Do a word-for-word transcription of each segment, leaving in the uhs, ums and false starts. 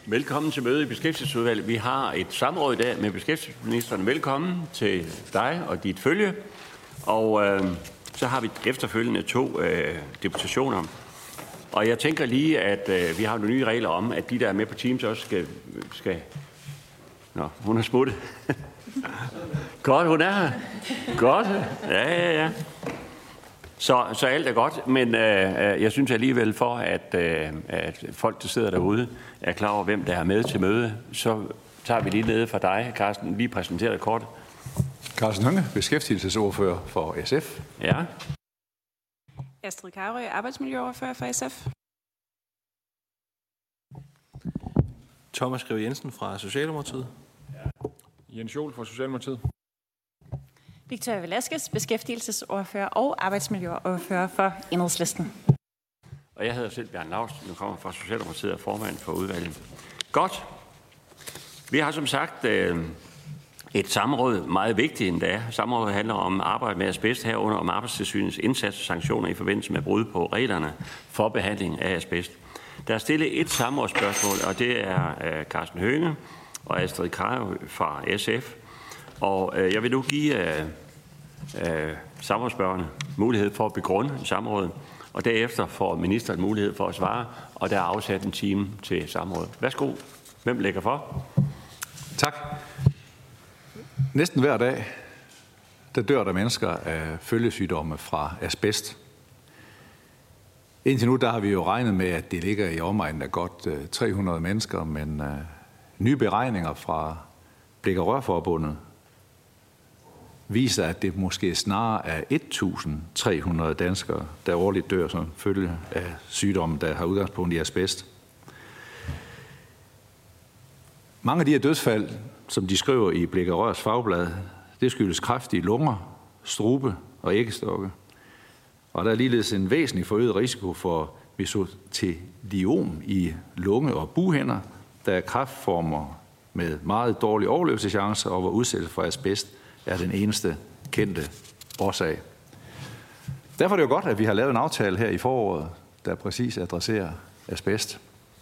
Velkommen til møde i Beskæftigelsesudvalget. Vi har et samråd i dag med beskæftigelsesministeren. Velkommen til dig og dit følge. Og øh, så har vi efterfølgende to øh, deputationer. Og jeg tænker lige, at øh, vi har nogle nye regler om, at de, der er med på Teams, også skal... skal... Nå, hun er smuttet. Godt, hun er her. Godt. Ja, ja, ja. Så, så alt er godt, men øh, jeg synes alligevel for, at, øh, at folk, der sidder derude, er klar over, hvem der er med til møde, så tager vi lige nede fra dig, Carsten, lige præsenteret kort. Carsten Hønge, beskæftigelsesordfører for S F. Ja. Astrid Carøe, arbejdsmiljøordfører for S F. Thomas Greve Jensen fra Socialdemokratiet. Ja. Jens Joel fra Socialdemokratiet. Victoria Velasquez, beskæftigelsesordfører og arbejdsmiljøordfører for Enhedslisten. Og jeg hedder selv Bjørn Laust, nu kommer fra Socialdemokratiet og formand for udvalget. Godt. Vi har som sagt øh, et samråd, meget vigtigt endda. Samrådet handler om arbejde med asbest herunder om Arbejdstilsynets indsats og sanktioner i forbindelse med brud på reglerne for behandling af asbest. Der er stillet et samrådsspørgsmål, og det er øh, Carsten Hønge og Astrid Carøe fra S F. Og øh, jeg vil nu give øh, øh, samrådsspørgerne mulighed for at begrunde samrådet, og derefter får ministeren mulighed for at svare, og der er afsat en time til samrådet. Værsgo. Hvem lægger for? Tak. Næsten hver dag, der dør der mennesker af følgesygdomme fra asbest. Indtil nu, der har vi jo regnet med, at det ligger i omegnen af godt øh, tre hundrede mennesker, men øh, nye beregninger fra Blik- og Rørforbundet viser, at det måske snarere er et tusind tre hundrede danskere, der årligt dør som følge af sygdommen, der har udgangspunkt i asbest. Mange af de her dødsfald, som de skriver i Blik- og Rørs fagblad, det skyldes kræft i lunger, strube og æggestokke. Og der er ligeledes en væsentlig forøget risiko for mesoteliom i lunge- og bughænder, der er kræftformer med meget dårlige overlevelseschancer, og hvor udsættelse for asbest er den eneste kendte årsag. Derfor er det jo godt, at vi har lavet en aftale her i foråret, der præcis adresserer asbest.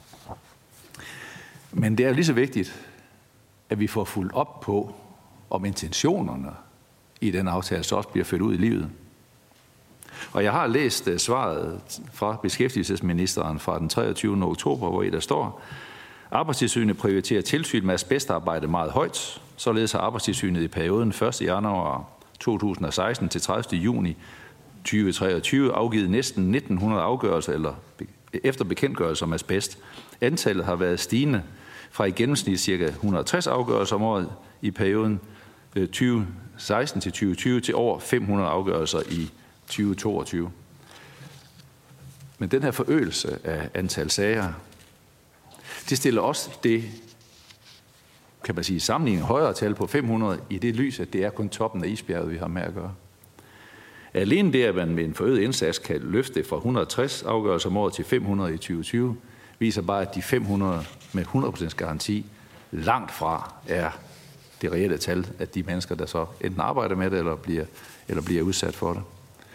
Men det er lige så vigtigt, at vi får fulgt op på, om intentionerne i den aftale så også bliver ført ud i livet. Og jeg har læst svaret fra beskæftigelsesministeren fra den treogtyvende oktober, hvor i der står: Arbejdstilsynet prioriterer tilsyn med asbestarbejde meget højt. Således har Arbejdstilsynet i perioden første januar to tusind og seksten til tredivte juni to tusind og treogtyve afgivet næsten nitten hundrede afgørelser eller efter bekendtgørelse om asbest. Antallet har været stigende fra i gennemsnit ca. et hundrede og tres afgørelser om året i perioden tyve seksten til tyve tyve til over fem hundrede afgørelser i tyve toogtyve. Men den her forøgelse af antal sager, det stiller også det, kan man sige, sammenligning højere tal på fem hundrede i det lys, at det er kun toppen af isbjerget, vi har med at gøre. Alene det, at man med en forøget indsats kan løfte fra et hundrede og tres afgørelser om året til fem hundrede i tyve tyve, viser bare, at de fem hundrede med hundrede procent garanti langt fra er det reelle tal af de mennesker, der så enten arbejder med det eller bliver, eller bliver udsat for det.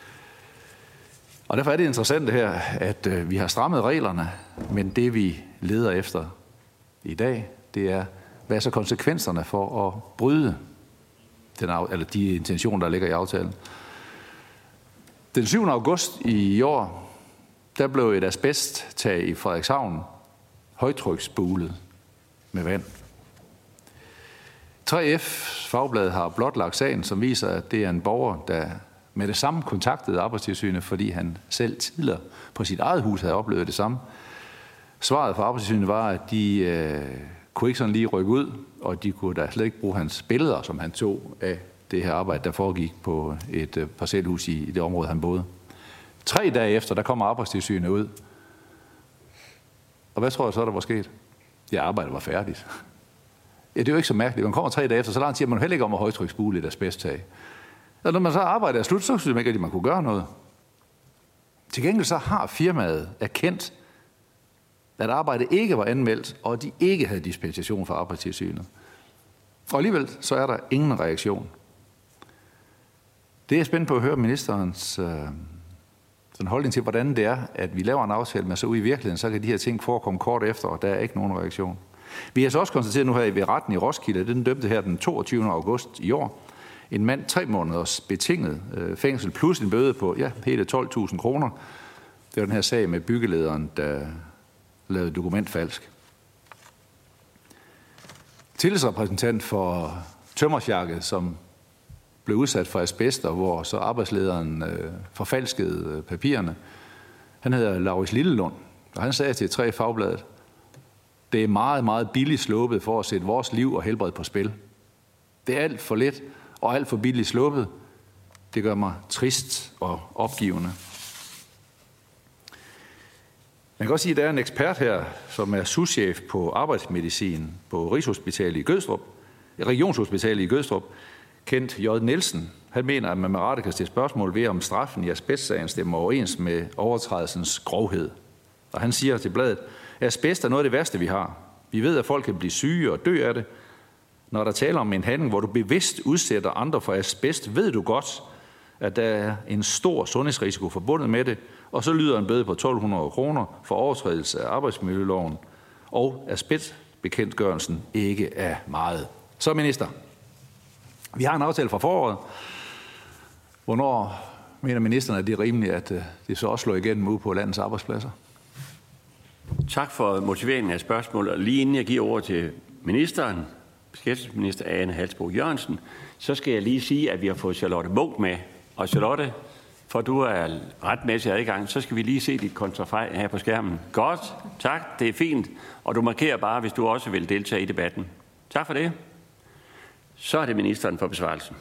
Og derfor er det interessant her, at øh, vi har strammet reglerne, men det vi leder efter i dag, det er, hvad er så konsekvenserne for at bryde den, eller de intentioner, der ligger i aftalen. Den syvende august i år, der blev et asbesttag i Frederikshavn højtryksbulet med vand. tre F's fagblad har blotlagt sagen, som viser, at det er en borger, der med det samme kontaktede Arbejdstilsynet, fordi han selv tidligere på sit eget hus havde oplevet det samme. Svaret fra Arbejdstilsynet var, at de øh, kunne ikke sådan lige rykke ud, og de kunne da slet ikke bruge hans billeder, som han tog af det her arbejde, der foregik på et øh, parcelhus i, i det område, han boede. Tre dage efter, der kommer Arbejdstilsynet ud. Og hvad tror jeg så, der var sket? Ja, arbejdet var færdigt. Ja, det er jo ikke så mærkeligt. Man kommer tre dage efter, så lang tid at man heller ikke om at højtryksbule et asbesttag. Og når man så arbejder er slut, så synes man ikke, at man kunne gøre noget. Til gengæld så har firmaet erkendt, at arbejdet ikke var anmeldt, og at de ikke havde dispensation fra Arbejdstilsynet. Og alligevel så er der ingen reaktion. Det er jeg spændt på at høre ministerens øh, sådan holdning til, hvordan det er, at vi laver en aftale, men så ude i virkeligheden, så kan de her ting forekomme kort efter, og der er ikke nogen reaktion. Vi har så også konstateret nu her ved retten i Roskilde, den dømte her den toogtyvende august i år, en mand tre måneders betinget øh, fængsel plus en bøde på ja, hele tolv tusind kroner. Det var den her sag med byggelederen, der lavede dokumentfalsk. Tillidsrepræsentant for Tømmersjakket, som blev udsat for asbest, hvor så arbejdslederen øh, forfalskede øh, papirerne. Han hedder Laurits Lillelund, og han sagde til tre Fagbladet, det er meget, meget billigt sluppet for at sætte vores liv og helbred på spil. Det er alt for let og alt for billigt sluppet. Det gør mig trist og opgivende. Man kan også sige, at der er en ekspert her, som er souschef på arbejdsmedicin på Rigshospitalet i Gødstrup, Regionshospitalet i Gødstrup, Kent J. Nielsen. Han mener, at man med rette kan stille spørgsmål ved, om straffen i asbestsagen stemmer overens med overtrædelsens grovhed. Og han siger til bladet, at asbest er noget af det værste, vi har. Vi ved, at folk kan blive syge og dø af det. Når der taler om en handling, hvor du bevidst udsætter andre for asbest, ved du godt, at der er en stor sundhedsrisiko forbundet med det, og så lyder en bøde på tolv hundrede kroner for overtrædelse af arbejdsmiljøloven, og asbestbekendtgørelsen ikke er meget. Så minister, vi har en aftale fra foråret. Hvornår mener ministeren, at det er rimeligt, at det så også slår igennem ude på landets arbejdspladser? Tak for motiveringen af spørgsmålet. Og lige inden jeg giver ord til ministeren, beskæftigelsesminister Ane Halsboe Jørgensen, så skal jeg lige sige, at vi har fået Charlotte Munch med. Og Charlotte, for du er retmæssig adgang, så skal vi lige se dit kontrafej her på skærmen. Godt, tak, det er fint. Og du markerer bare, hvis du også vil deltage i debatten. Tak for det. Så er det ministeren for besvarelsen.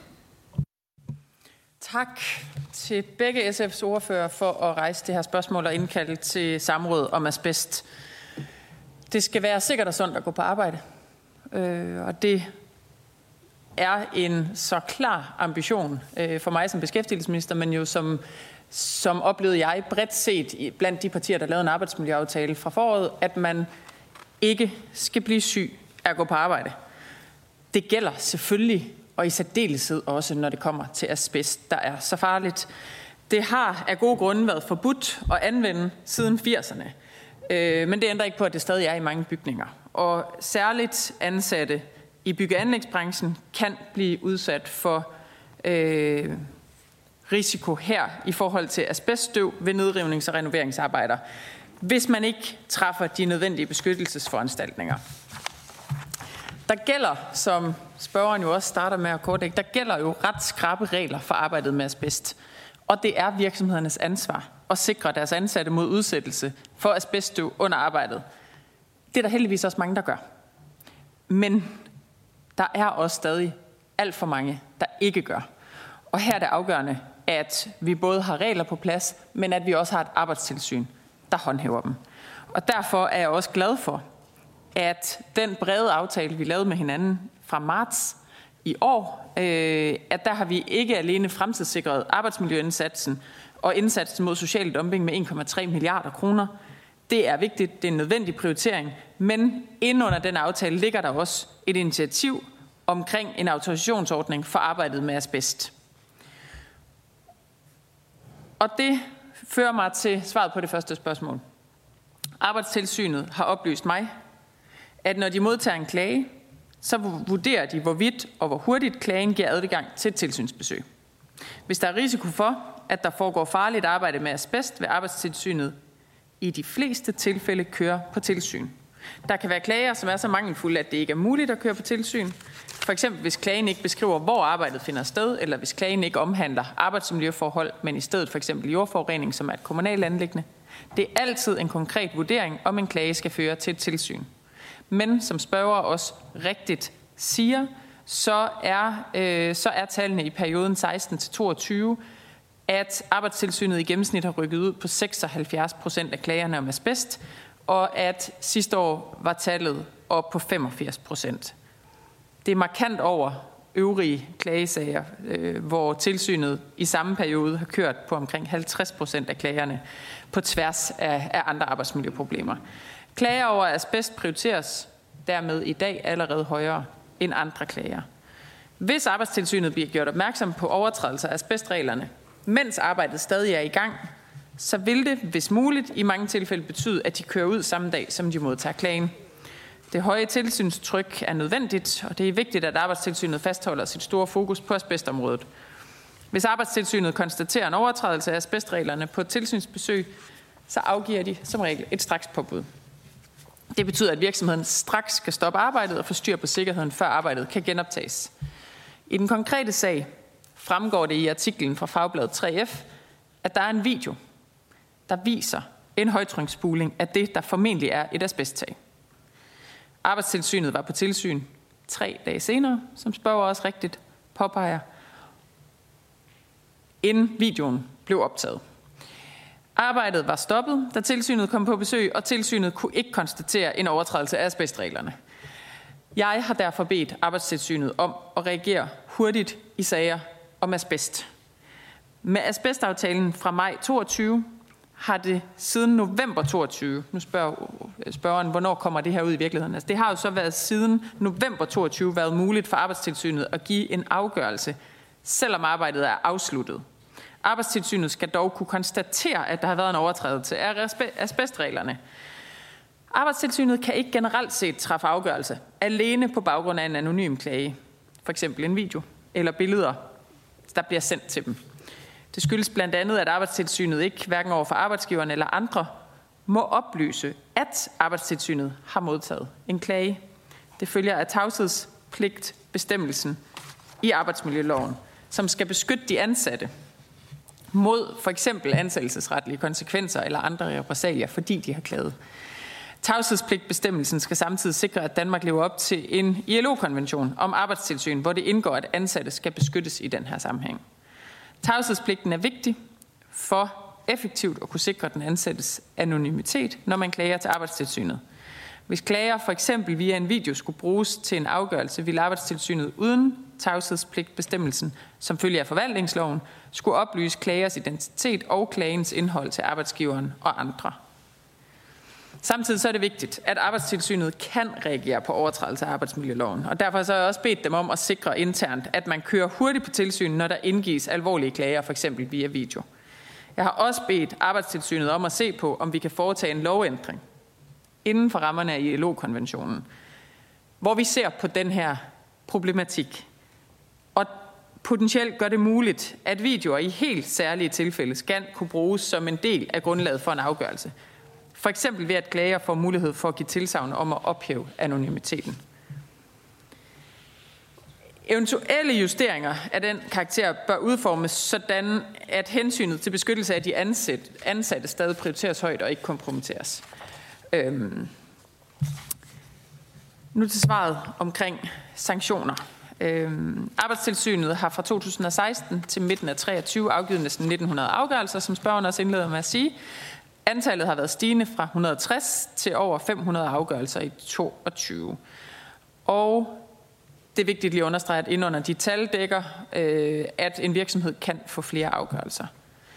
Tak til begge S F's ordfører for at rejse det her spørgsmål og indkalde til samråd om asbest. Det skal være sikkert og sundt at gå på arbejde. Øh, og det er en så klar ambition øh, for mig som beskæftigelsesminister, men jo som, som oplevede jeg bredt set blandt de partier, der lavede en arbejdsmiljøaftale fra foråret, at man ikke skal blive syg af at gå på arbejde. Det gælder selvfølgelig, og i særdeleshed også, når det kommer til asbest, der er så farligt. Det har af gode grunde været forbudt at anvende siden firserne, øh, men det ændrer ikke på, at det stadig er i mange bygninger. Og særligt ansatte i bygge- og anlægsbranchen kan blive udsat for øh, risiko her i forhold til asbeststøv ved nedrivnings- og renoveringsarbejder, hvis man ikke træffer de nødvendige beskyttelsesforanstaltninger. Der gælder, som spørgeren jo også starter med at kortlægge, der gælder jo ret skrappe regler for arbejdet med asbest. Og det er virksomhedernes ansvar at sikre deres ansatte mod udsættelse for asbeststøv under arbejdet. Det er der heldigvis også mange, der gør. Men der er også stadig alt for mange, der ikke gør. Og her er det afgørende, at vi både har regler på plads, men at vi også har et arbejdstilsyn, der håndhæver dem. Og derfor er jeg også glad for, at den brede aftale, vi lavede med hinanden fra marts i år, øh, at der har vi ikke alene fremtidssikret arbejdsmiljøindsatsen og indsatsen mod social dumping med en komma tre milliarder kroner. Det er vigtigt, det er en nødvendig prioritering, men inden under den aftale ligger der også et initiativ omkring en autorisationsordning for arbejdet med asbest. Og det fører mig til svaret på det første spørgsmål. Arbejdstilsynet har oplyst mig, at når de modtager en klage, så vurderer de, hvorvidt og hvor hurtigt klagen giver adgang til et tilsynsbesøg. Hvis der er risiko for, at der foregår farligt arbejde med asbest, vil Arbejdstilsynet i de fleste tilfælde køre på tilsyn. Der kan være klager, som er så mangelfulde, at det ikke er muligt at køre på tilsyn. For eksempel hvis klagen ikke beskriver, hvor arbejdet finder sted, eller hvis klagen ikke omhandler arbejdsmiljøforhold, men i stedet for eksempel jordforurening, som er et kommunalt anliggende. Det er altid en konkret vurdering, om en klage skal føre til et tilsyn. Men som spørger også rigtigt siger, så er, øh, så er tallene i perioden seksten til toogtyve, at Arbejdstilsynet i gennemsnit har rykket ud på seksoghalvfjerds procent af klagerne om asbest, og at sidste år var tallet op på femogfirs procent. Det er markant over øvrige klagesager, øh, hvor tilsynet i samme periode har kørt på omkring halvtreds procent af klagerne på tværs af, af andre arbejdsmiljøproblemer. Klager over asbest prioriteres dermed i dag allerede højere end andre klager. Hvis Arbejdstilsynet bliver gjort opmærksom på overtrædelser af asbestreglerne, mens arbejdet stadig er i gang, så vil det, hvis muligt, i mange tilfælde betyde, at de kører ud samme dag, som de modtager klagen. Det høje tilsynstryk er nødvendigt, og det er vigtigt, at Arbejdstilsynet fastholder sit store fokus på asbestområdet. Hvis Arbejdstilsynet konstaterer en overtrædelse af asbestreglerne på et tilsynsbesøg, så afgiver de som regel et strakspåbud. Det betyder, at virksomheden straks skal stoppe arbejdet og få styr på sikkerheden, før arbejdet kan genoptages. I den konkrete sag fremgår det i artiklen fra Fagbladet tre F, at der er en video, der viser en højtryksspuling af det, der formentlig er et asbesttag. Arbejdstilsynet var på tilsyn tre dage senere, som spørger også rigtigt påpeger, inden videoen blev optaget. Arbejdet var stoppet, da tilsynet kom på besøg, og tilsynet kunne ikke konstatere en overtrædelse af asbestreglerne. Jeg har derfor bedt Arbejdstilsynet om at reagere hurtigt i sager om asbest. Med asbestaftalen fra maj toogtyve har det siden november toogtyve, nu spørger spørgeren, hvornår kommer det her ud i virkeligheden? Altså, det har jo så været siden november toogtyve været muligt for Arbejdstilsynet at give en afgørelse, selvom arbejdet er afsluttet. Arbejdstilsynet skal dog kunne konstatere, at der har været en overtrædelse af asbestreglerne. Arbejdstilsynet kan ikke generelt set træffe afgørelse alene på baggrund af en anonym klage, for eksempel en video eller billeder, der bliver sendt til dem. Det skyldes blandt andet, at Arbejdstilsynet ikke, hverken over for arbejdsgiverne eller andre, må oplyse, at Arbejdstilsynet har modtaget en klage. Det følger af tavshedspligtbestemmelsen i arbejdsmiljøloven, som skal beskytte de ansatte mod for eksempel ansættelsesretlige konsekvenser eller andre repressalier, fordi de har klaget. Tavshedspligtbestemmelsen skal samtidig sikre, at Danmark lever op til en I L O-konvention om arbejdstilsyn, hvor det indgår, at ansatte skal beskyttes i den her sammenhæng. Tavshedspligten er vigtig for effektivt at kunne sikre den ansattes anonymitet, når man klager til Arbejdstilsynet. Hvis klager for eksempel via en video skulle bruges til en afgørelse, ville Arbejdstilsynet uden tavshedspligtbestemmelsen, som følge af forvaltningsloven, skulle oplyse klagers identitet og klagens indhold til arbejdsgiveren og andre. Samtidig så er det vigtigt, at Arbejdstilsynet kan reagere på overtrædelse af arbejdsmiljøloven, og derfor så har jeg også bedt dem om at sikre internt, at man kører hurtigt på tilsyn, når der indgives alvorlige klager, for eksempel via video. Jeg har også bedt Arbejdstilsynet om at se på, om vi kan foretage en lovændring inden for rammerne af I L O-konventionen, hvor vi ser på den her problematik, og potentielt gør det muligt, at videoer i helt særlige tilfælde skal kunne bruges som en del af grundlaget for en afgørelse. For eksempel ved at klager får mulighed for at give tilsagn om at ophæve anonymiteten. Eventuelle justeringer af den karakter bør udformes sådan, at hensynet til beskyttelse af de ansatte, ansatte stadig prioriteres højt og ikke kompromitteres. Øhm. Nu til svaret omkring sanktioner. Øhm. Arbejdstilsynet har fra to tusind og seksten til midten af treogtyve afgivet næsten nitten hundrede afgørelser, som spørgeren også indleder med at sige. Antallet har været stigende fra et hundrede og tres til over fem hundrede afgørelser i toogtyve. Og det er vigtigt lige at understrege, at inden under de tal dækker, øh, at en virksomhed kan få flere afgørelser.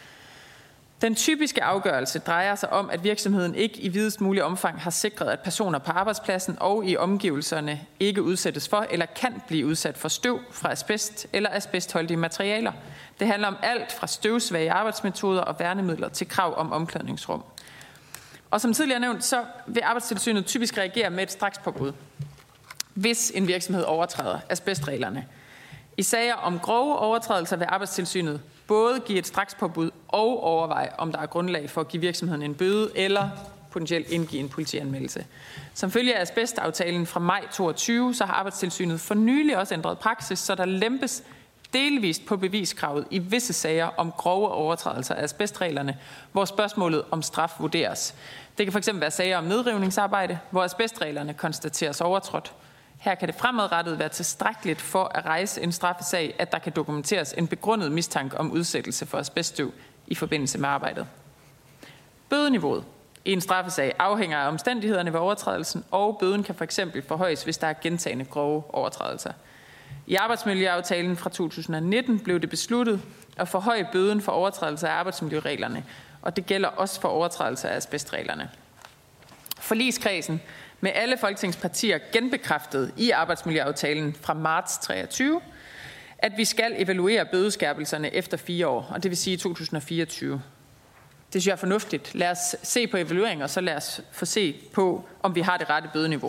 Den typiske afgørelse drejer sig om, at virksomheden ikke i videst mulig omfang har sikret, at personer på arbejdspladsen og i omgivelserne ikke udsættes for eller kan blive udsat for støv fra asbest eller asbestholdige materialer. Det handler om alt fra støvsvage arbejdsmetoder og værnemidler til krav om omklædningsrum. Og som tidligere nævnt, så vil Arbejdstilsynet typisk reagere med et strakspåbud, hvis en virksomhed overtræder asbestreglerne. I sager om grove overtrædelser vil Arbejdstilsynet både give et strakspåbud og overveje, om der er grundlag for at give virksomheden en bøde eller potentielt indgive en politianmeldelse. Som følge af asbestaftalen fra maj toogtyve, så har Arbejdstilsynet for nylig også ændret praksis, så der lempes delvist på beviskravet i visse sager om grove overtrædelser af asbestreglerne, hvor spørgsmålet om straf vurderes. Det kan fx være sager om nedrivningsarbejde, hvor asbestreglerne konstateres overtrådt. Her kan det fremadrettet være tilstrækkeligt for at rejse en straffesag, at der kan dokumenteres en begrundet mistanke om udsættelse for asbeststøv i forbindelse med arbejdet. Bødeniveauet i en straffesag afhænger af omstændighederne ved overtrædelsen, og bøden kan fx forhøjes, hvis der er gentagne grove overtrædelser. I arbejdsmiljøaftalen fra to tusind og nitten blev det besluttet at forhøje bøden for overtrædelse af arbejdsmiljøreglerne, og det gælder også for overtrædelse af asbestreglerne. Forligskredsen med alle folketingspartier genbekræftede i arbejdsmiljøaftalen fra marts treogtyve, at vi skal evaluere bødeskærpelserne efter fire år, og det vil sige to tusind og fireogtyve. Det synes jeg er fornuftigt. Lad os se på evalueringen, og så lad os få se på, om vi har det rette bødeniveau.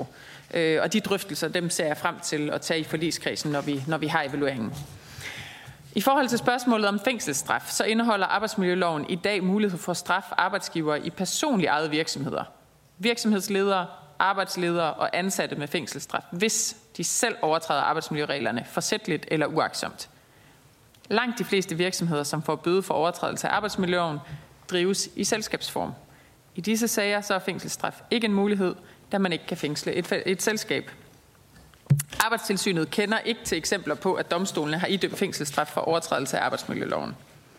Øh, og de drøftelser, dem ser jeg frem til at tage i forligskredsen, når vi, når vi har evalueringen. I forhold til spørgsmålet om fængselsstraf, så indeholder arbejdsmiljøloven i dag mulighed for at straffe arbejdsgivere i personligt ejede virksomheder. Virksomhedsledere, arbejdsledere og ansatte med fængselsstraf, hvis de selv overtræder arbejdsmiljøreglerne forsætligt eller uagtsomt. Langt de fleste virksomheder, som får bøde for overtrædelse af arbejdsmiljøloven, drives i selskabsform. I disse sager så er fængselsstraf ikke en mulighed, da man ikke kan fængsle et, et selskab. Arbejdstilsynet kender ikke til eksempler på, at domstolene har idømt fængselsstraf for overtrædelse af arbejdsmiljøloven.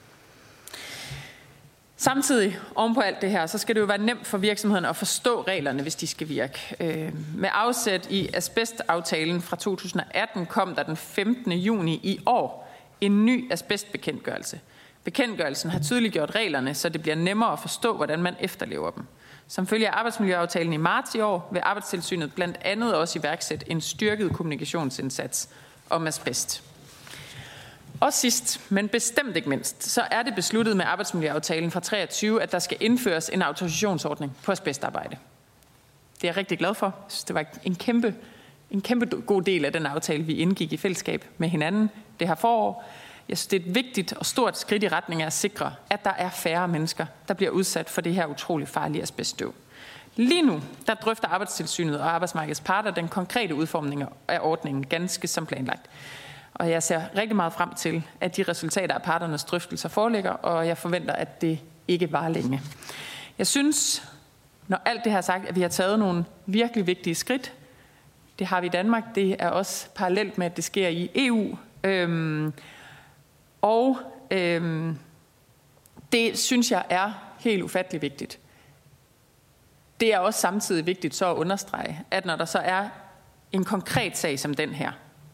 Samtidig, oven på alt det her, så skal det jo være nemt for virksomhederne at forstå reglerne, hvis de skal virke. Med afsæt i asbestaftalen fra to tusind og atten kom der den femtende juni i år en ny asbestbekendtgørelse. Bekendtgørelsen har tydeligt gjort reglerne, så det bliver nemmere at forstå, hvordan man efterlever dem. Som følge af arbejdsmiljøaftalen i marts i år vil Arbejdstilsynet blandt andet også iværksætte en styrket kommunikationsindsats om asbest. Og sidst, men bestemt ikke mindst, så er det besluttet med arbejdsmiljøaftalen fra treogtyve, at der skal indføres en autorisationsordning på asbestarbejde. Det er jeg rigtig glad for. Jeg synes, det var en kæmpe, en kæmpe god del af den aftale, vi indgik i fællesskab med hinanden det her forår. Jeg synes, det er et vigtigt og stort skridt i retning af at sikre, at der er færre mennesker, der bliver udsat for det her utrolig farlige asbeststøv. Lige nu, der drøfter Arbejdstilsynet og arbejdsmarkedets parter den konkrete udformning af ordningen ganske som planlagt. Og jeg ser rigtig meget frem til, at de resultater af parternes drøftelser foreligger, og jeg forventer, at det ikke varer længe. Jeg synes, når alt det her er sagt, at vi har taget nogle virkelig vigtige skridt. Det har vi i Danmark. Det er også parallelt med, at det sker i E U. Øhm, og øhm, det synes jeg er helt ufattelig vigtigt. Det er også samtidig vigtigt så at understrege, at når der så er en konkret sag som den her,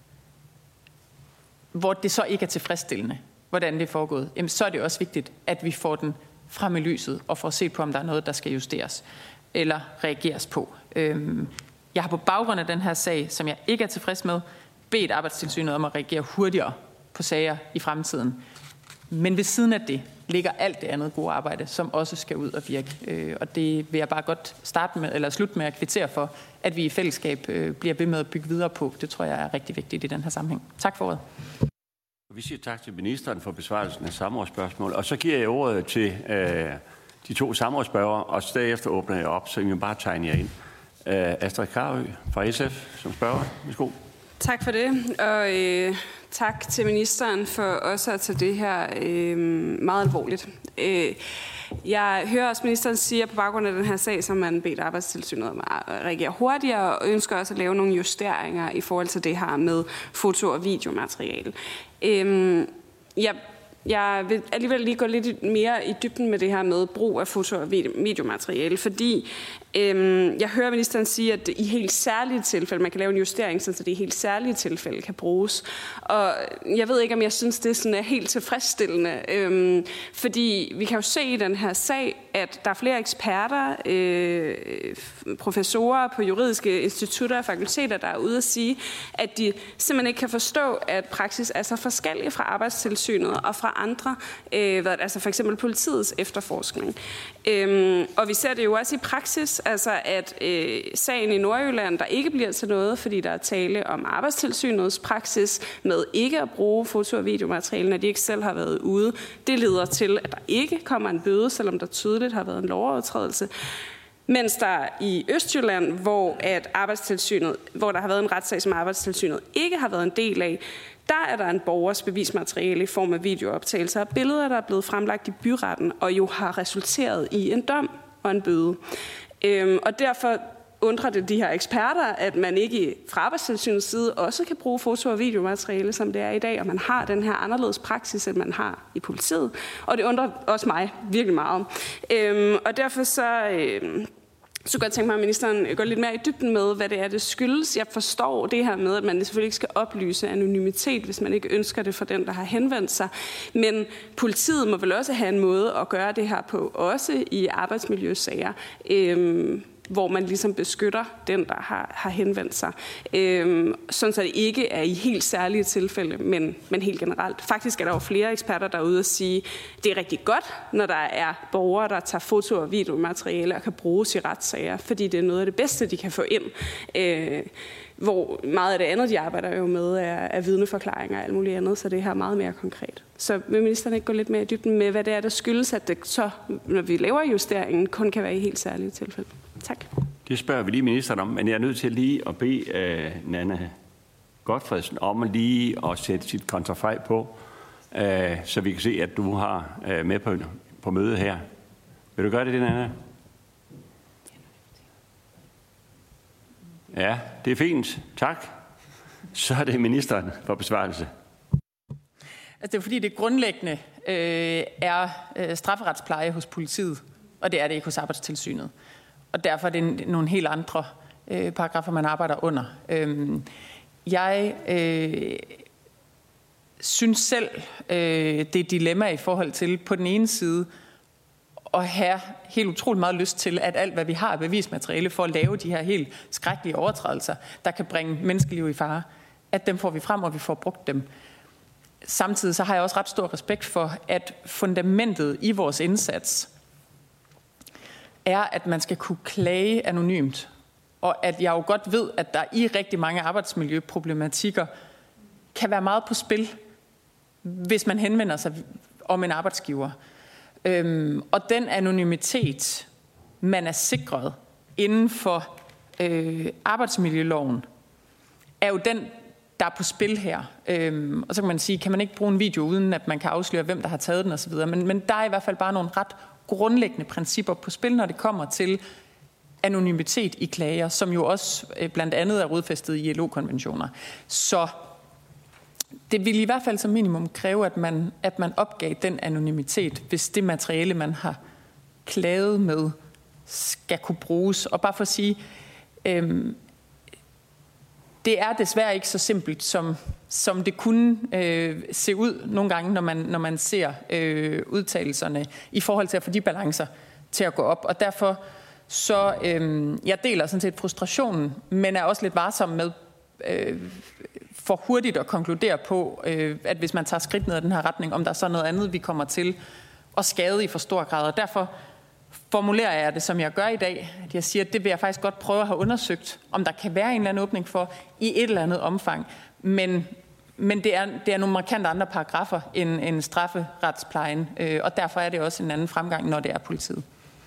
hvor det så ikke er tilfredsstillende, hvordan det er foregået, jamen så er det også vigtigt, at vi får den frem i lyset og får set på, om der er noget, der skal justeres eller reageres på. Øhm, jeg har på baggrund af den her sag, som jeg ikke er tilfreds med, bedt Arbejdstilsynet om at reagere hurtigere på sager i fremtiden. Men ved siden af det ligger alt det andet gode arbejde, som også skal ud og virke. Øh, og det vil jeg bare godt starte med, eller slutte med at kvittere for, at vi i fællesskab øh, bliver ved med at bygge videre på. Det tror jeg er rigtig vigtigt i den her sammenhæng. Tak for ordet. Vi siger tak til ministeren for besvarelsen af samrådsspørgsmål. Og så giver jeg ordet til øh, de to samrådsspørgere, og derefter åbner jeg op, så I vil bare tegne jer ind. Øh, Astrid Carøe fra S F som spørger. Værsgo. Tak for det, og øh, tak til ministeren for også at tage det her øh, meget alvorligt. Øh, jeg hører også ministeren sige, at på baggrund af den her sag, som man bedt Arbejdstilsynet om at reagere hurtigere, og ønsker også at lave nogle justeringer i forhold til det her med foto- og videomateriale. Øh, jeg Jeg vil alligevel lige gå lidt mere i dybden med det her med brug af foto- og videomateriale, fordi øhm, jeg hører ministeren sige, at i helt særlige tilfælde, man kan lave en justering, så det i helt særlige tilfælde kan bruges. Og jeg ved ikke, om jeg synes, det sådan er helt tilfredsstillende, øhm, fordi vi kan jo se i den her sag, at der er flere eksperter, øh, professorer på juridiske institutter og fakulteter, der er ude at sige, at de simpelthen ikke kan forstå, at praksis er så forskellig fra Arbejdstilsynet og fra andre, øh, hvad, altså for eksempel politiets efterforskning. Øhm, og vi ser det jo også i praksis, altså at øh, sagen i Nordjylland, der ikke bliver til noget, fordi der er tale om Arbejdstilsynets praksis med ikke at bruge foto- og videomateriale, når de ikke selv har været ude. Det leder til, at der ikke kommer en bøde, selvom der tydeligt har været en lovovertrædelse. Mens der i Østjylland, hvor, at Arbejdstilsynet, hvor der har været en retssag, som Arbejdstilsynet ikke har været en del af, der er der en borgers bevismateriale i form af videooptagelser og billeder, der er blevet fremlagt i byretten, og jo har resulteret i en dom og en bøde. Øhm, og derfor undrer det de her eksperter, at man ikke fra Arbejdstilsynets side også kan bruge foto- og videomateriale, som det er i dag, og man har den her anderledes praksis, end man har i politiet. Og det undrer også mig virkelig meget. Øhm, og derfor så... Øhm, Så godt tænke mig, at ministeren går lidt mere i dybden med, hvad det er, det skyldes. Jeg forstår det her med, at man selvfølgelig ikke skal oplyse anonymitet, hvis man ikke ønsker det for den, der har henvendt sig. Men politiet må vel også have en måde at gøre det her på, også i arbejdsmiljøsager. Øhm, hvor man ligesom beskytter den, der har, har henvendt sig. Øhm, sådan så det ikke er i helt særlige tilfælde, men, men helt generelt. Faktisk er der jo flere eksperter derude at sige, at det er rigtig godt, når der er borgere, der tager foto- og videomateriale og kan bruges i retssager, fordi det er noget af det bedste, de kan få ind. Øh, hvor meget af det andet, de arbejder jo med, er, er vidneforklaringer og alt muligt andet, så det her er meget mere konkret. Så vil ministeren ikke gå lidt mere i dybden med, hvad det er, der skyldes, at det så, når vi laver justeringen, kun kan være i helt særlige tilfælde? Tak. Det spørger vi lige ministeren om, men jeg er nødt til lige at bede uh, Nanna Gotfredsen om at lige at sætte sit kontrafej på, uh, så vi kan se, at du har uh, med på, på mødet her. Vil du gøre det, Nanna? Ja, det er fint. Tak. Så er det ministeren for besvarelse. Altså, det er fordi, det grundlæggende øh, er øh, strafferetspleje hos politiet, og det er det ikke hos Arbejdstilsynet. Og derfor er det nogle helt andre øh, paragrafer, man arbejder under. Øhm, jeg øh, synes selv, øh, det er et dilemma i forhold til på den ene side at have helt utroligt meget lyst til, at alt, hvad vi har af bevismateriale for at lave de her helt skrækkelige overtrædelser, der kan bringe menneskeliv i fare, at dem får vi frem, og vi får brugt dem. Samtidig så har jeg også ret stor respekt for, at fundamentet i vores indsats er, at man skal kunne klage anonymt. Og at jeg jo godt ved, at der i rigtig mange arbejdsmiljøproblematikker kan være meget på spil, hvis man henvender sig om en arbejdsgiver. Øhm, og den anonymitet, man er sikret inden for øh, arbejdsmiljøloven, er jo den, der er på spil her. Øhm, og så kan man sige, kan man ikke bruge en video, uden at man kan afsløre, hvem der har taget den osv. Men, men der er i hvert fald bare nogle ret grundlæggende principper på spil, når det kommer til anonymitet i klager, som jo også øh, blandt andet er rodfæstet i I L O-konventioner. Så det vil i hvert fald som minimum kræve, at man, at man opgav den anonymitet, hvis det materiale, man har klaget med, skal kunne bruges. Og bare for at sige, øhm, det er desværre ikke så simpelt, som, som det kunne øh, se ud nogle gange, når man, når man ser øh, udtalelserne i forhold til at få de balancer til at gå op. Og derfor så, øh, jeg deler sådan set frustrationen, men er også lidt varsom med øh, for hurtigt at konkludere på, øh, at hvis man tager skridt ned ad den her retning, om der er så noget andet, vi kommer til at skade i for stor grad. Og derfor formulerer jeg det, som jeg gør i dag, at jeg siger, at det vil jeg faktisk godt prøve at have undersøgt, om der kan være en eller anden åbning for i et eller andet omfang. Men, men det, er, det er nogle markant andre paragrafer end, end strafferetsplejen, øh, og derfor er det også en anden fremgang, når det er politiet.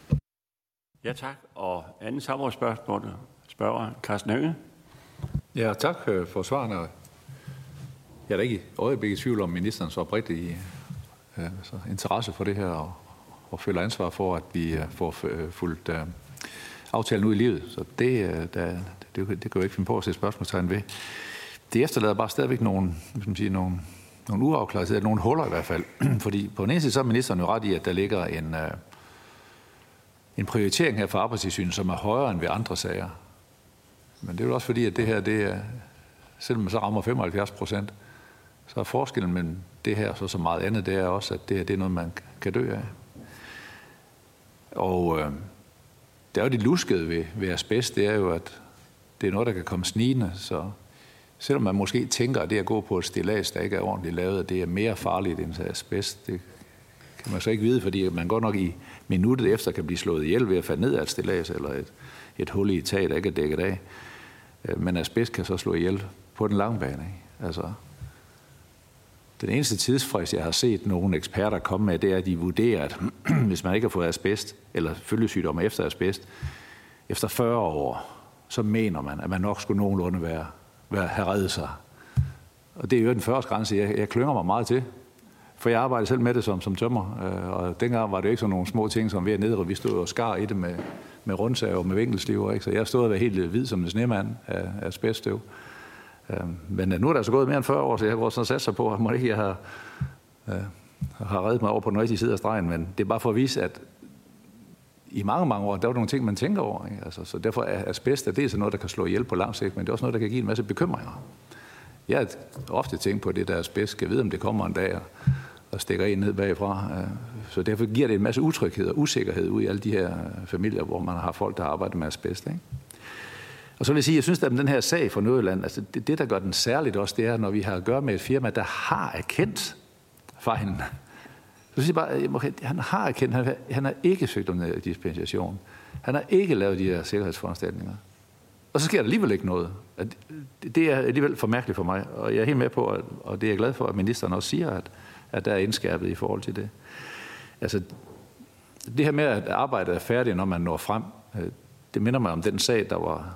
Ja, tak. Og anden samrådsspørgsmål spørger Carsten Hønge. Ja, tak for svarene. Jeg er da ikke i øjeblikket i tvivl om ministerens oprigtige øh, interesse for det her, og, og føler ansvar for, at vi får fulgt øh, aftalen ud i livet. Så det, øh, der, det, det kan jeg jo ikke finde på at sætte spørgsmålstegn ved. Det efterlader bare stadigvæk nogle, som sige, nogle, nogle uafklarede, nogle huller i hvert fald. Fordi på den ene side så er ministeren jo ret i, at der ligger en, øh, en prioritering her for Arbejdstilsynet, som er højere end ved andre sager. Men det er jo også fordi, at det her, det er, selvom man så rammer femoghalvfjerds procent, så er forskellen mellem det her og så, så meget andet, det er også, at det her det er noget, man kan dø af. Og øh, det er jo det luskede ved, ved asbest, det er jo, at det er noget, der kan komme snigende. Så selvom man måske tænker, at det at gå på et stillads, der ikke er ordentligt lavet, at det er mere farligt end asbest, det kan man så ikke vide, fordi man godt nok i minuttet efter kan blive slået ihjel ved at falde ned af et stillads eller et, et hul i et tag, der ikke er dækket af. Men asbest kan så slå ihjel på den lange bane. Ikke? Altså, den eneste tidsfrist, jeg har set nogle eksperter komme med, det er, at de vurderer, at hvis man ikke har fået asbest, eller følgesygdomme efter asbest, efter fyrre år, så mener man, at man nok skulle nogenlunde være, være, have reddet sig. Og det er jo den første grænse, jeg, jeg klynger mig meget til. For jeg arbejdede selv med det som, som tømmer, og dengang var det ikke sådan nogle små ting, som ved at nedrive. Vi stod og skar i det med, med rundsav og med vinkelsliver, ikke? Så jeg stod og var helt hvid som en snemand af, af asbeststøv. Men nu er der så gået mere end fyrre år, så jeg har sådan sat sig på, at må ikke jeg har, har reddet mig over på den rigtige side af stregen. Men det er bare for at vise, at i mange, mange år, der var nogle ting, man tænker over. Ikke? Altså, så derfor er asbest, at det er sådan noget, der kan slå ihjel på lang sigt, men det er også noget, der kan give en masse bekymringer. Jeg har ofte tænkt på det, der asbest. Jeg ved, om det kommer en dag, og stikker en ned bagfra. Så derfor giver det en masse utryghed og usikkerhed ud i alle de her familier, hvor man har folk, der arbejder med asbest. Ikke? Og så vil jeg sige, jeg synes, at den her sag fra Nordjylland, altså det, det, der gør den særligt også, det er, når vi har at gøre med et firma, der har erkendt fejlen. Så siger jeg bare, okay, han har erkendt, han, han har ikke søgt om dispensation. Han har ikke lavet de her sikkerhedsforanstaltninger. Og så sker der alligevel ikke noget. Det er alligevel for mærkeligt for mig, og jeg er helt med på, og det er jeg glad for, at ministeren også siger, at, at der er indskærpet i forhold til det. Altså, det her med, at arbejdet er færdigt, når man når frem, det minder mig om den sag, der var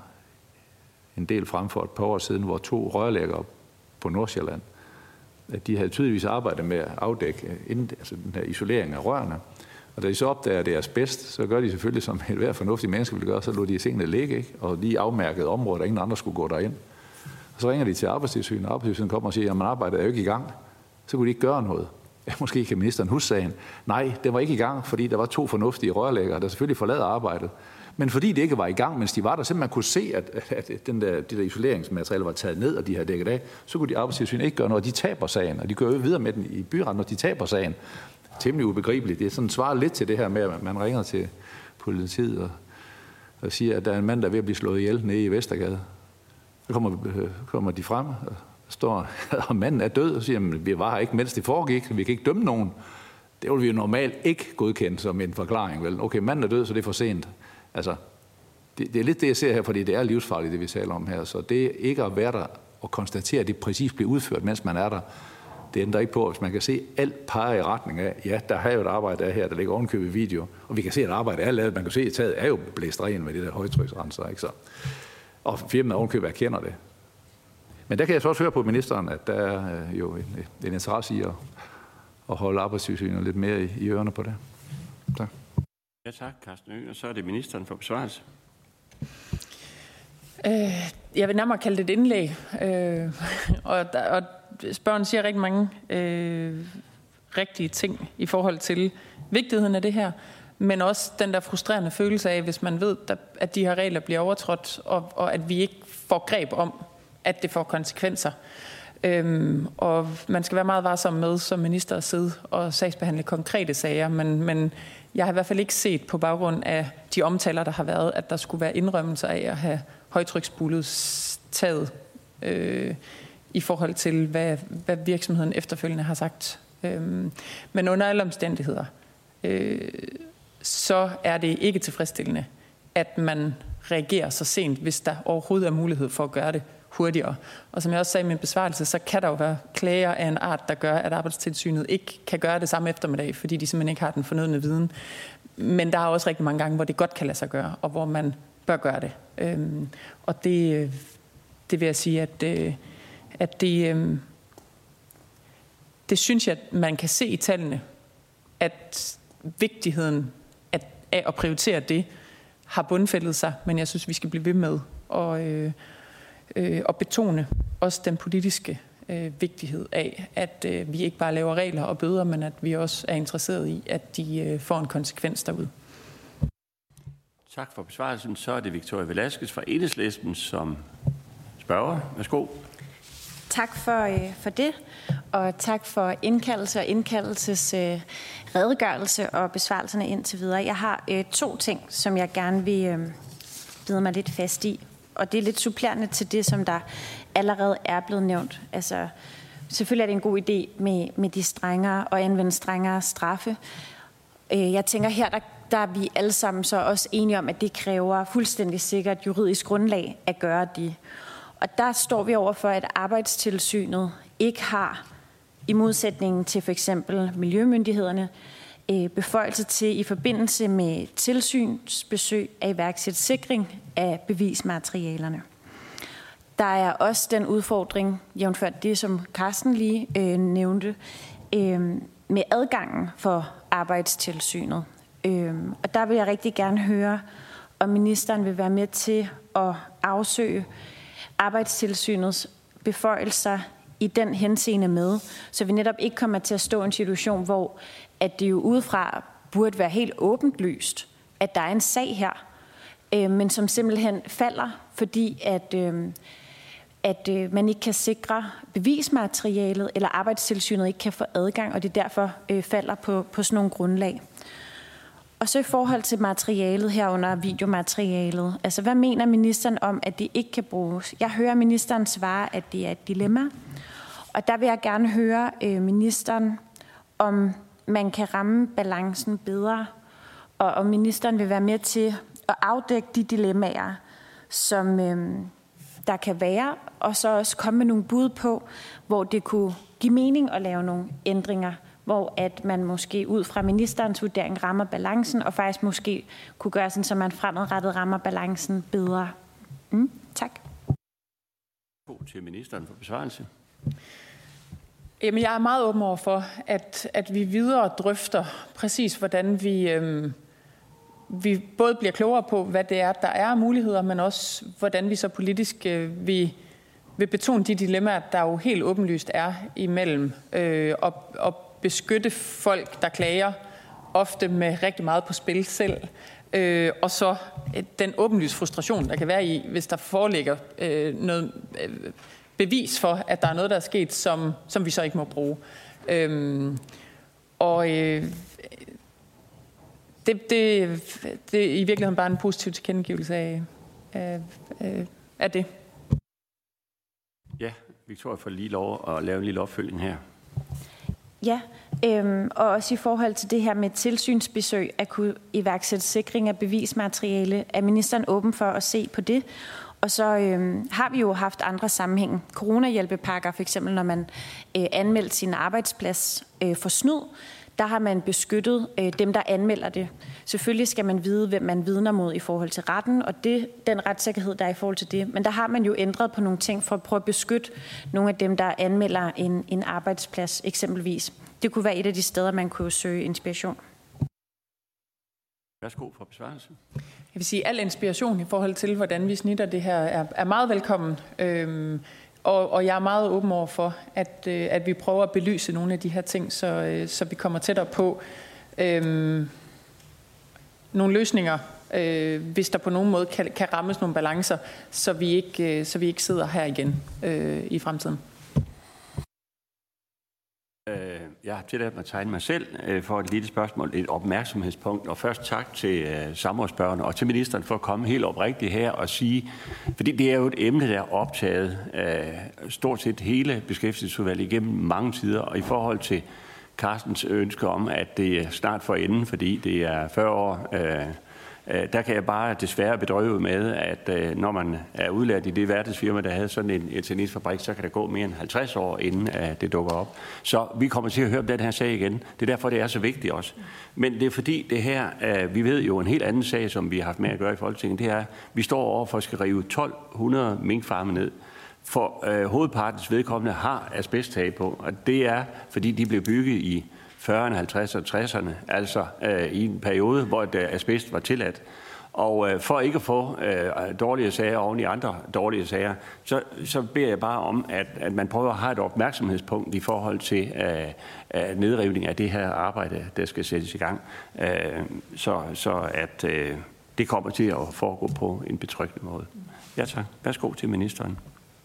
en del frem for et par år siden, hvor to rørlæggere på Nordsjælland, at de havde tydeligvis arbejdet med at afdække altså den her isolering af rørene. Og da de så opdager, at det er asbest, så gør de selvfølgelig, som et hver fornuftig menneske ville gøre, så lå de tingene ligge, ikke? Og lige afmærket områder, der ingen andre skulle gå derind. Og så ringer de til Arbejdstilsynet, og Arbejdstilsynet kommer og siger, at man arbejder jo ikke i gang. Så kunne de ikke gøre noget. Ja, måske kan ministeren huske sagen. Nej, det var ikke i gang, fordi der var to fornuftige rørlæggere, der selvfølgelig forlader arbejdet. Men fordi det ikke var i gang, mens de var der, simpelthen kunne se, at, at den der, det der isoleringsmateriale var taget ned, og de havde dækket af, så kunne de Arbejdstilsynet ikke gøre noget. De taber sagen, og de kører jo videre med den i byretten, og de taber sagen. Temmelig ubegribeligt. Det er sådan svarer lidt til det her med, at man ringer til politiet og, og siger, at der er en mand, der er ved at blive slået ihjel nede i Vestergade. Så kommer, kommer de frem og står, og manden er død, og siger, at vi var her ikke, mens det foregik, vi kan ikke dømme nogen. Det vil vi jo normalt ikke godkende som en forklaring. Vel? Okay, manden er død, så det er for sent. Altså, det, det er lidt det, jeg ser her, fordi det er livsfarligt, det vi taler om her. Så det ikke at være der og konstatere, at det præcis bliver udført, mens man er der, det ændrer ikke på, hvis man kan se alt peger i retning af, ja, der har jo et arbejde af her, der ligger ovenkøbet video, og vi kan se, at arbejdet er lavet. Man kan se, at taget er jo blæst ren med det der højtryksrenser, ikke så? Og firmaet ovenkøbet erkender det. Men der kan jeg så også høre på ministeren, at der er jo en, en interesse i at, at holde Arbejdstilsynet lidt mere i, i ørerne på det. Tak. Ja, tak, Carsten Hønge. Og så er det ministeren for besvarelse. Øh, jeg vil nærmere kalde det et indlæg. Øh, og, og spørgen siger rigtig mange øh, rigtige ting i forhold til vigtigheden af det her, men også den der frustrerende følelse af, hvis man ved, at de her regler bliver overtrådt, og, og at vi ikke får greb om, at det får konsekvenser. Øhm, og man skal være meget varsom med som minister at sidde og sagsbehandle konkrete sager, men, men jeg har i hvert fald ikke set på baggrund af de omtaler, der har været, at der skulle være indrømmelser af at have højtryksbulet taget øh, i forhold til, hvad, hvad virksomheden efterfølgende har sagt. Øhm, men under alle omstændigheder, øh, så er det ikke tilfredsstillende, at man reagerer så sent, hvis der overhovedet er mulighed for at gøre det hurtigere. Og som jeg også sagde i min besvarelse, så kan der jo være klager af en art, der gør, at Arbejdstilsynet ikke kan gøre det samme eftermiddag, fordi de simpelthen ikke har den fornødne viden. Men der er også rigtig mange gange, hvor det godt kan lade sig gøre, og hvor man bør gøre det. Øhm, og det, det vil jeg sige, at, at det, øhm, det synes jeg, at man kan se i tallene, at vigtigheden at, af at prioritere det, har bundfældet sig, men jeg synes, vi skal blive ved med at, øh, øh, at betone også den politiske øh, vigtighed af, at øh, vi ikke bare laver regler og bøder, men at vi også er interesseret i, at de øh, får en konsekvens derude. Tak for besvarelsen. Så er det Victoria Velasquez fra Enhedslisten som spørger. Værsgo. Tak for, øh, for det, og tak for indkaldelse og indkaldelses øh, redegørelse og besvarelserne indtil videre. Jeg har øh, to ting, som jeg gerne vil øh, bide mig lidt fast i, og det er lidt supplerende til det, som der allerede er blevet nævnt. Altså, selvfølgelig er det en god idé med, med de strengere og anvende strengere straffe. Øh, jeg tænker her, der, der er vi alle sammen så også enige om, at det kræver fuldstændig sikkert juridisk grundlag at gøre det. Og der står vi over for, at Arbejdstilsynet ikke har, i modsætning til for eksempel miljømyndighederne, beføjelse til i forbindelse med tilsynsbesøg at iværksætte sikring af bevismaterialerne. Der er også den udfordring, jævnført det, som Carsten lige øh, nævnte, øh, med adgangen for Arbejdstilsynet. Øh, og der vil jeg rigtig gerne høre, om ministeren vil være med til at afsøge Arbejdstilsynets beføjelser i den henseende med, så vi netop ikke kommer til at stå i en situation, hvor at det jo udefra burde være helt åbenlyst, at der er en sag her, øh, men som simpelthen falder, fordi at, øh, at øh, man ikke kan sikre bevismaterialet, eller Arbejdstilsynet ikke kan få adgang, og det derfor øh, falder på, på sådan nogle grundlag. Og så i forhold til materialet herunder videomaterialet, altså hvad mener ministeren om, at det ikke kan bruges? Jeg hører ministeren svare, at det er et dilemma, og der vil jeg gerne høre øh, ministeren, om man kan ramme balancen bedre, og om ministeren vil være med til at afdække de dilemmaer, som øh, der kan være, og så også komme med nogle bud på, hvor det kunne give mening at lave nogle ændringer, hvor at man måske ud fra ministerens vurdering rammer balancen, og faktisk måske kunne gøre sådan, så man fremadrettet rammer balancen bedre. Mm, tak. God til ministeren for besvarelse. Jamen, jeg er meget åben over for, at, at vi videre drøfter præcis, hvordan vi, øhm, vi både bliver klogere på, hvad det er, der er muligheder, men også, hvordan vi så politisk øh, vi, vil betone de dilemmaer, der jo helt åbenlyst er imellem øh, og, og beskytte folk, der klager, ofte med rigtig meget på spil selv, øh, og så den åbenlyse frustration, der kan være i, hvis der foreligger øh, noget øh, bevis for, at der er noget, der er sket, som, som vi så ikke må bruge. Øhm, og øh, det, det, det er i virkeligheden bare en positiv tilkendegivelse af, af, af, af det. Ja, Victoria får lige lov at lave en lille opfølging her. Ja, øhm, og også i forhold til det her med tilsynsbesøg, at kunne iværksætte sikring af bevismateriale, er ministeren åben for at se på det? Og så øhm, har vi jo haft andre sammenhænge. Coronahjælpepakker, for eksempel når man øh, anmelder sin arbejdsplads øh, for snyd, der har man beskyttet øh, dem, der anmelder det. Selvfølgelig skal man vide, hvem man vidner mod i forhold til retten, og det, den retssikkerhed, der er i forhold til det. Men der har man jo ændret på nogle ting for at prøve at beskytte nogle af dem, der anmelder en, en arbejdsplads eksempelvis. Det kunne være et af de steder, man kunne søge inspiration. Værsgo for besvarelse. Jeg vil sige, at al inspiration i forhold til, hvordan vi snitter det her, er, er meget velkommen. Øhm, og, og jeg er meget åben over for, at, øh, at vi prøver at belyse nogle af de her ting, så, øh, så vi kommer tættere på øh, nogle løsninger, øh, hvis der på nogen måde kan, kan rammes nogle balancer, så vi ikke, øh, så vi ikke sidder her igen øh, i fremtiden. Jeg har tilladt mig at tegne mig selv for et lille spørgsmål, et opmærksomhedspunkt. Og først tak til samrådsspørgerne og til ministeren for at komme helt oprigtigt her og sige, fordi det er jo et emne, der er optaget af stort set hele beskæftigelsesudvalget igennem mange tider, og i forhold til Carstens ønske om, at det snart får enden, fordi det er fyrre år, der kan jeg bare desværre bedrøve med, at når man er udlært i det værelsesfirma, der havde sådan en eternitfabrik, så kan der gå mere end halvtreds år, inden det dukker op. Så vi kommer til at høre om den her sag igen. Det er derfor, det er så vigtigt også. Men det er fordi det her, vi ved jo en helt anden sag, som vi har haft med at gøre i Folketinget, det er, at vi står overfor at skal rive tolv hundrede minkfarme ned. For øh, hovedpartens vedkommende har asbesttag på, og det er, fordi de blev bygget i fyrrerne, halvtredserne og tresserne, altså øh, i en periode, hvor det asbest var tilladt. Og øh, for ikke at få øh, dårlige sager oven i andre dårlige sager, så, så beder jeg bare om, at, at man prøver at have et opmærksomhedspunkt i forhold til øh, øh, nedrivning af det her arbejde, der skal sættes i gang, øh, så, så at øh, det kommer til at foregå på en betryggende måde. Ja tak. Værsgo til ministeren.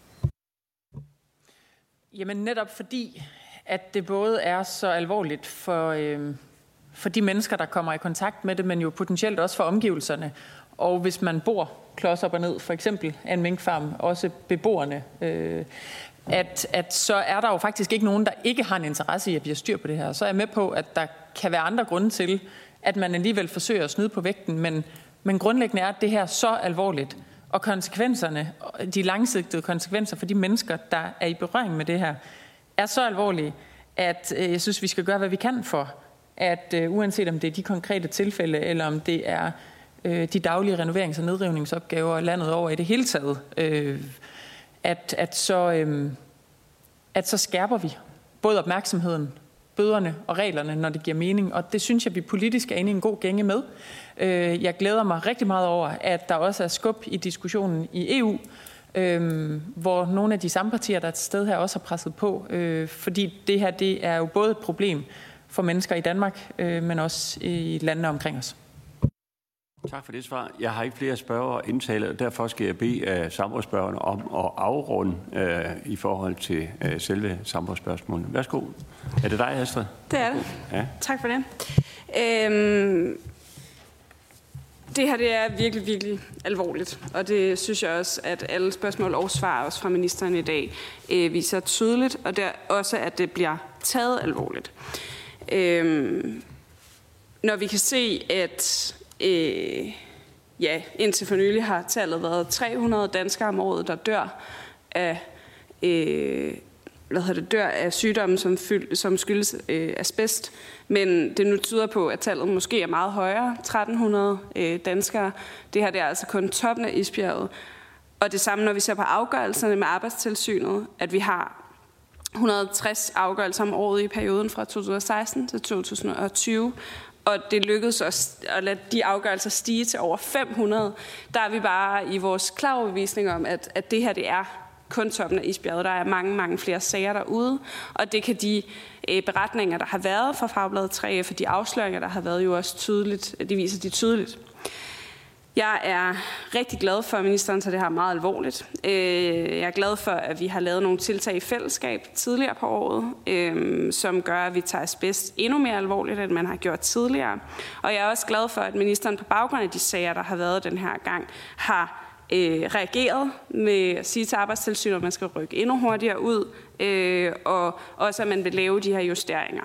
Jamen netop fordi, at det både er så alvorligt for, øh, for de mennesker, der kommer i kontakt med det, men jo potentielt også for omgivelserne. Og hvis man bor klods op og ned, for eksempel af en minkfarm, også beboerne, øh, at, at så er der jo faktisk ikke nogen, der ikke har en interesse i, at vi har styr på det her. Så er jeg med på, at der kan være andre grunde til, at man alligevel forsøger at snyde på vægten, men, men grundlæggende er det her så alvorligt. Og konsekvenserne, de langsigtede konsekvenser for de mennesker, der er i berøring med det her, er så alvorlige, at øh, jeg synes, vi skal gøre, hvad vi kan for, at øh, uanset om det er de konkrete tilfælde, eller om det er øh, de daglige renoverings- og nedrivningsopgaver landet over i det hele taget, øh, at, at, så, øh, at så skærper vi både opmærksomheden, bøderne og reglerne, når det giver mening. Og det synes jeg, vi politisk er inde i en god gænge med. Jeg glæder mig rigtig meget over, at der også er skub i diskussionen i E U, hvor nogle af de samme partier, der er til stede her, også har presset på. Fordi det her det er jo både et problem for mennesker i Danmark, men også i landene omkring os. Tak for det svar. Jeg har ikke flere spørgere indtalt, og derfor skal jeg bede uh, samrådsspørgerne om at afrunde uh, i forhold til uh, selve samrådsspørgsmålene. Værsgo. Er det dig, Astrid? Det er det. Ja. Tak for det. Øhm, det her det er virkelig, virkelig alvorligt, og det synes jeg også, at alle spørgsmål og svar også fra ministeren i dag øh, viser tydeligt, og det er også, at det bliver taget alvorligt. Øhm, når vi kan se, at øh, ja, indtil for nylig har tallet været tre hundrede danskere om året, der dør af, øh, hvad hedder det, dør af sygdomme, som, fyld, som skyldes øh, asbest. Men det nu tyder på, at tallet måske er meget højere. tretten hundrede øh, danskere. Det her det er altså kun toppen af isbjerget. Og det samme, når vi ser på afgørelserne med Arbejdstilsynet, at vi har et hundrede og tres afgørelser om året i perioden fra to tusind og seksten til to tusind og tyve. Og det lykkedes os at lade de afgørelser stige til over fem hundrede. Der er vi bare i vores klar overbevisning om, at, at det her det er kun toppen af isbjerget. Der er mange, mange flere sager derude, og det kan de øh, beretninger, der har været fra Fagbladet tre F, og de afsløringer, der har været, jo også tydeligt, de viser de tydeligt. Jeg er rigtig glad for, at ministeren tager det her meget alvorligt. Jeg er glad for, at vi har lavet nogle tiltag i fællesskab tidligere på året, som gør, at vi tager asbest endnu mere alvorligt, end man har gjort tidligere. Og jeg er også glad for, at ministeren på baggrund af de sager, der har været den her gang, har reageret med at sige til Arbejdstilsynet, at man skal rykke endnu hurtigere ud, og også, at man vil lave de her justeringer.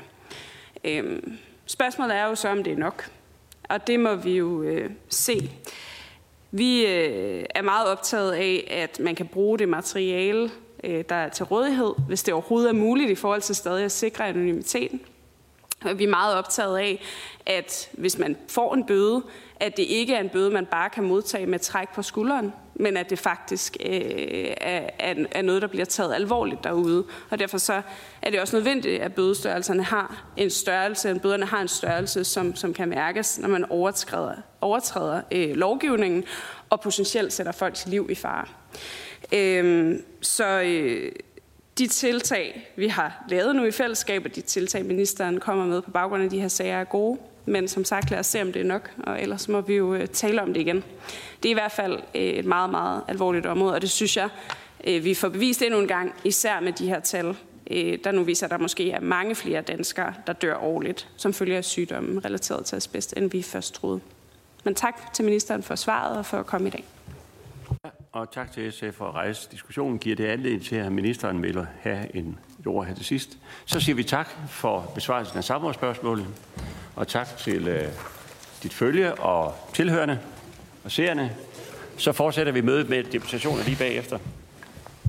Spørgsmålet er jo så, om det er nok. Og det må vi jo øh, se. Vi øh, er meget optaget af, at man kan bruge det materiale, øh, der er til rådighed, hvis det overhovedet er muligt i forhold til stadig at sikre anonymiteten. Og vi er meget optaget af, at hvis man får en bøde, at det ikke er en bøde, man bare kan modtage med træk på skulderen, men at det faktisk øh, er, er noget, der bliver taget alvorligt derude. Og derfor så er det også nødvendigt, at bødestørrelserne har en størrelse, at bøderne har en størrelse, som, som kan mærkes, når man overtræder, overtræder øh, lovgivningen og potentielt sætter folks liv i fare. Øh, så øh, de tiltag, vi har lavet nu i fællesskab, og de tiltag, ministeren kommer med på baggrund af de her sager, er gode. Men som sagt, lad os se, om det er nok, og ellers må vi jo tale om det igen. Det er i hvert fald et meget, meget alvorligt område, og det synes jeg, vi får bevist endnu en gang, især med de her tal, der nu viser, at der måske er mange flere danskere, der dør årligt, som følge af sygdommen relateret til asbest, end vi først troede. Men tak til ministeren for svaret og for at komme i dag. Og tak til S F for at rejse diskussionen. Giver det anledning til, at ministeren vil have en ord her til sidst. Så siger vi tak for besvarelsen af samrådsspørgsmålet, og tak til uh, dit følge og tilhørende og seerne. Så fortsætter vi mødet med deputationer lige bagefter.